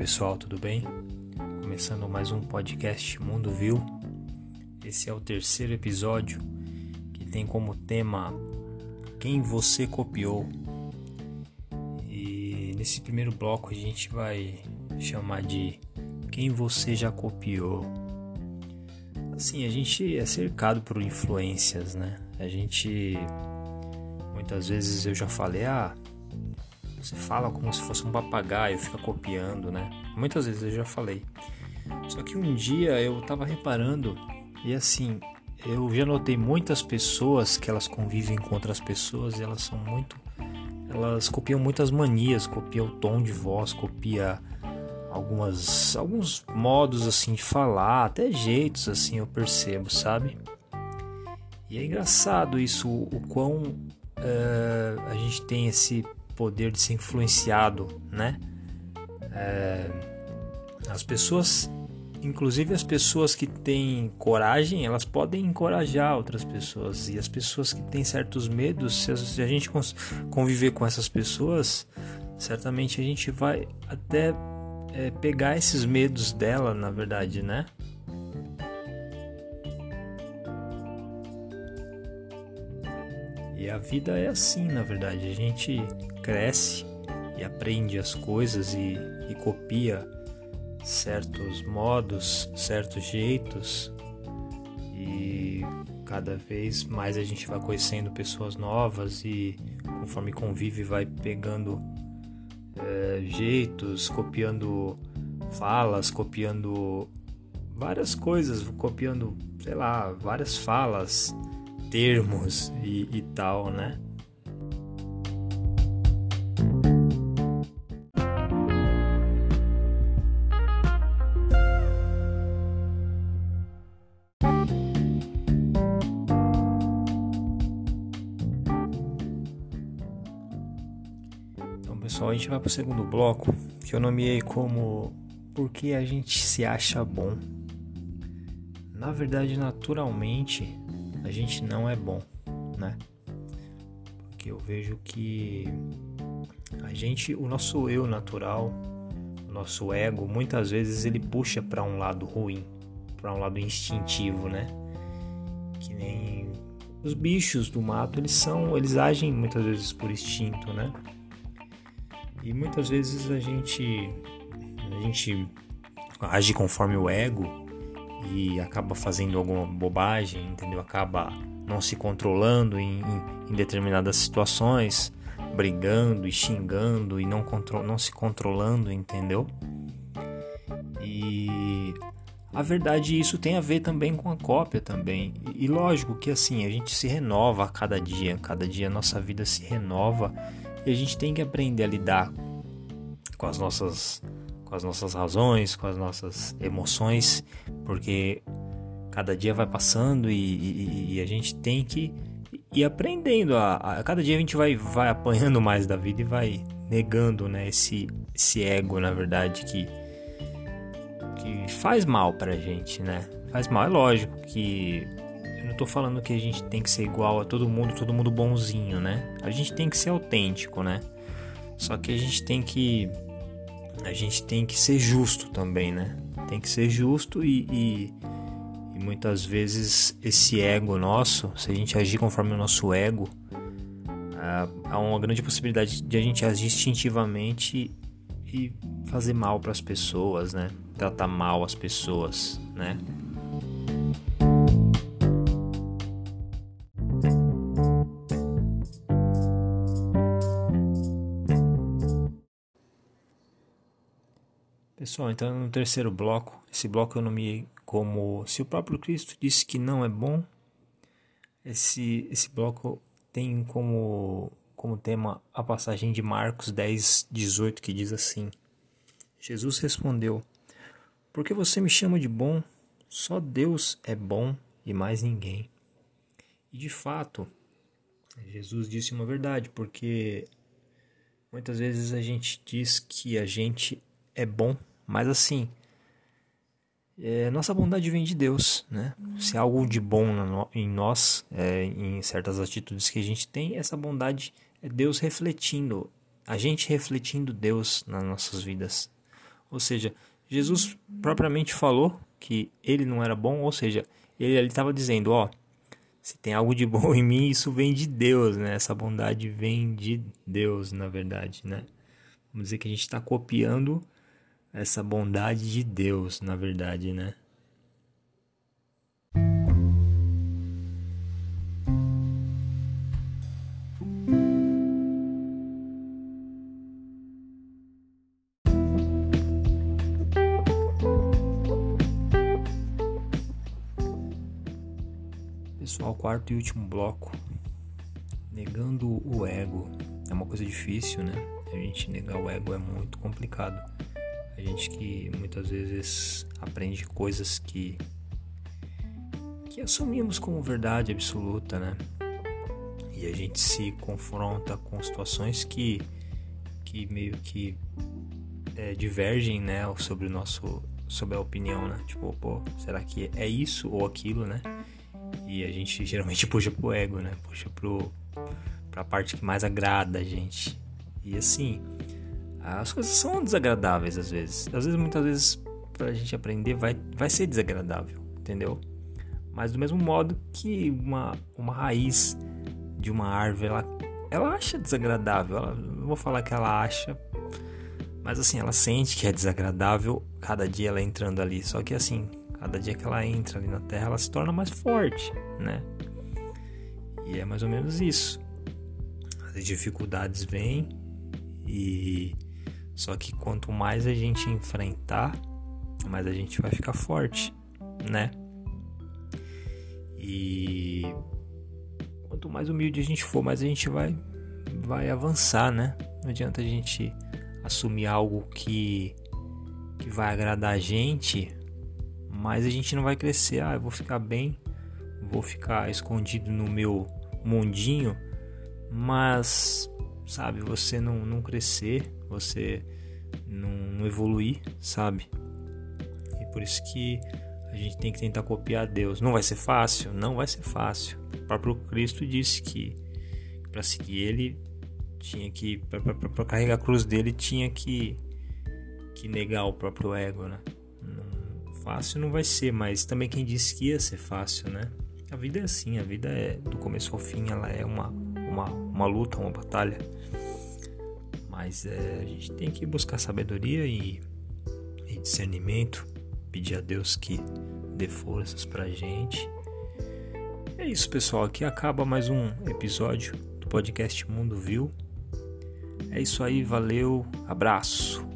pessoal, tudo bem? Começando mais um podcast Mundo Viu. Esse é o terceiro episódio que tem como tema Quem Você Copiou. E nesse primeiro bloco a gente vai chamar de Quem Você Já Copiou. Assim, a gente é cercado por influências, né? Muitas vezes eu já falei, você fala como se fosse um papagaio, fica copiando, né? Muitas vezes eu já falei. Só que um dia eu tava reparando e assim, eu já notei muitas pessoas que elas convivem com outras pessoas e elas copiam muitas manias, copiam o tom de voz, copiam alguns modos assim de falar, até jeitos assim eu percebo, sabe? E é engraçado isso, o quão a gente tem esse poder de ser influenciado, né? As pessoas, inclusive as pessoas que têm coragem, elas podem encorajar outras pessoas, e as pessoas que têm certos medos, se a gente conviver com essas pessoas, certamente a gente vai até pegar esses medos dela, na verdade, né? E a vida é assim, na verdade, a gente cresce e aprende as coisas e copia certos modos, certos jeitos, e cada vez mais a gente vai conhecendo pessoas novas e conforme convive vai pegando jeitos, copiando falas, copiando várias coisas, copiando, sei lá, várias falas, termos e tal, né? Então, pessoal, a gente vai para o segundo bloco, que eu nomeei como Por que a gente se acha bom? Na verdade, naturalmente, a gente não é bom, né? Porque eu vejo que o nosso eu natural, o nosso ego, muitas vezes ele puxa para um lado ruim, para um lado instintivo, né? Que nem os bichos do mato, eles agem muitas vezes por instinto, né? E muitas vezes a gente age conforme o ego e acaba fazendo alguma bobagem, entendeu? Acaba não se controlando em determinadas situações, brigando e xingando e não se controlando, entendeu? E a verdade, isso tem a ver também com a cópia também. E lógico que assim, a gente se renova a cada dia a nossa vida se renova e a gente tem que aprender a lidar com as nossas razões, com as nossas emoções, porque cada dia vai passando e a gente tem que ir aprendendo. A cada dia a gente vai apanhando mais da vida e vai negando, né, esse ego, na verdade, que faz mal pra gente, né? Faz mal, é lógico que eu não tô falando que a gente tem que ser igual a todo mundo bonzinho, né? A gente tem que ser autêntico, né? Só que a gente tem que ser justo também, né? Tem que ser justo e muitas vezes esse ego nosso, se a gente agir conforme o nosso ego, há uma grande possibilidade de a gente agir instintivamente e fazer mal para as pessoas, né? Tratar mal as pessoas, né? Pessoal, então no terceiro bloco, esse bloco eu nomeei como Se o próprio Cristo disse que não é bom. Esse bloco tem como tema a passagem de Marcos 10:18, que diz assim: Jesus respondeu: Por que você me chama de bom? Só Deus é bom e mais ninguém. E de fato, Jesus disse uma verdade, porque muitas vezes a gente diz que a gente é bom, mas assim, nossa bondade vem de Deus, né? Se há algo de bom em nós, em certas atitudes que a gente tem, essa bondade é Deus refletindo, a gente refletindo Deus nas nossas vidas. Ou seja, Jesus propriamente falou que ele não era bom, ou seja, ele ali estava dizendo, ó, se tem algo de bom em mim, isso vem de Deus, né? Essa bondade vem de Deus, na verdade, né? Vamos dizer que a gente está copiando essa bondade de Deus, na verdade, né? Pessoal, quarto e último bloco, negando o ego. É uma coisa difícil, né? A gente negar o ego é muito complicado. A gente que muitas vezes aprende coisas que assumimos como verdade absoluta, né? E a gente se confronta com situações que meio que divergem, né? Sobre a opinião, né? Tipo, pô, será que é isso ou aquilo, né? E a gente geralmente puxa pro ego, né? Puxa pra parte que mais agrada a gente. E assim, as coisas são desagradáveis às vezes. Muitas vezes, pra gente aprender, vai ser desagradável, entendeu? Mas do mesmo modo que uma raiz de uma árvore, ela acha desagradável. Não vou falar que ela acha, mas assim, ela sente que é desagradável cada dia ela entrando ali. Só que assim, cada dia que ela entra ali na terra, ela se torna mais forte, né? E é mais ou menos isso. As dificuldades vêm e só que quanto mais a gente enfrentar, mais a gente vai ficar forte, né? E quanto mais humilde a gente for, mais a gente vai avançar, né? Não adianta a gente assumir algo que vai agradar a gente, mas a gente não vai crescer. Eu vou ficar bem, vou ficar escondido no meu mundinho, mas, sabe, você não crescer, você não evoluir, sabe? E por isso que a gente tem que tentar copiar Deus. Não vai ser fácil? Não vai ser fácil. O próprio Cristo disse que para seguir ele tinha que, para carregar a cruz dele, tinha que negar o próprio ego, né? Fácil não vai ser, mas também quem disse que ia ser fácil, né? A vida é assim, a vida é do começo ao fim, ela é uma luta, uma batalha. Mas a gente tem que buscar sabedoria e discernimento, pedir a Deus que dê forças pra gente. É isso, pessoal, aqui acaba mais um episódio do podcast Mundo Viu. É isso aí, valeu, abraço.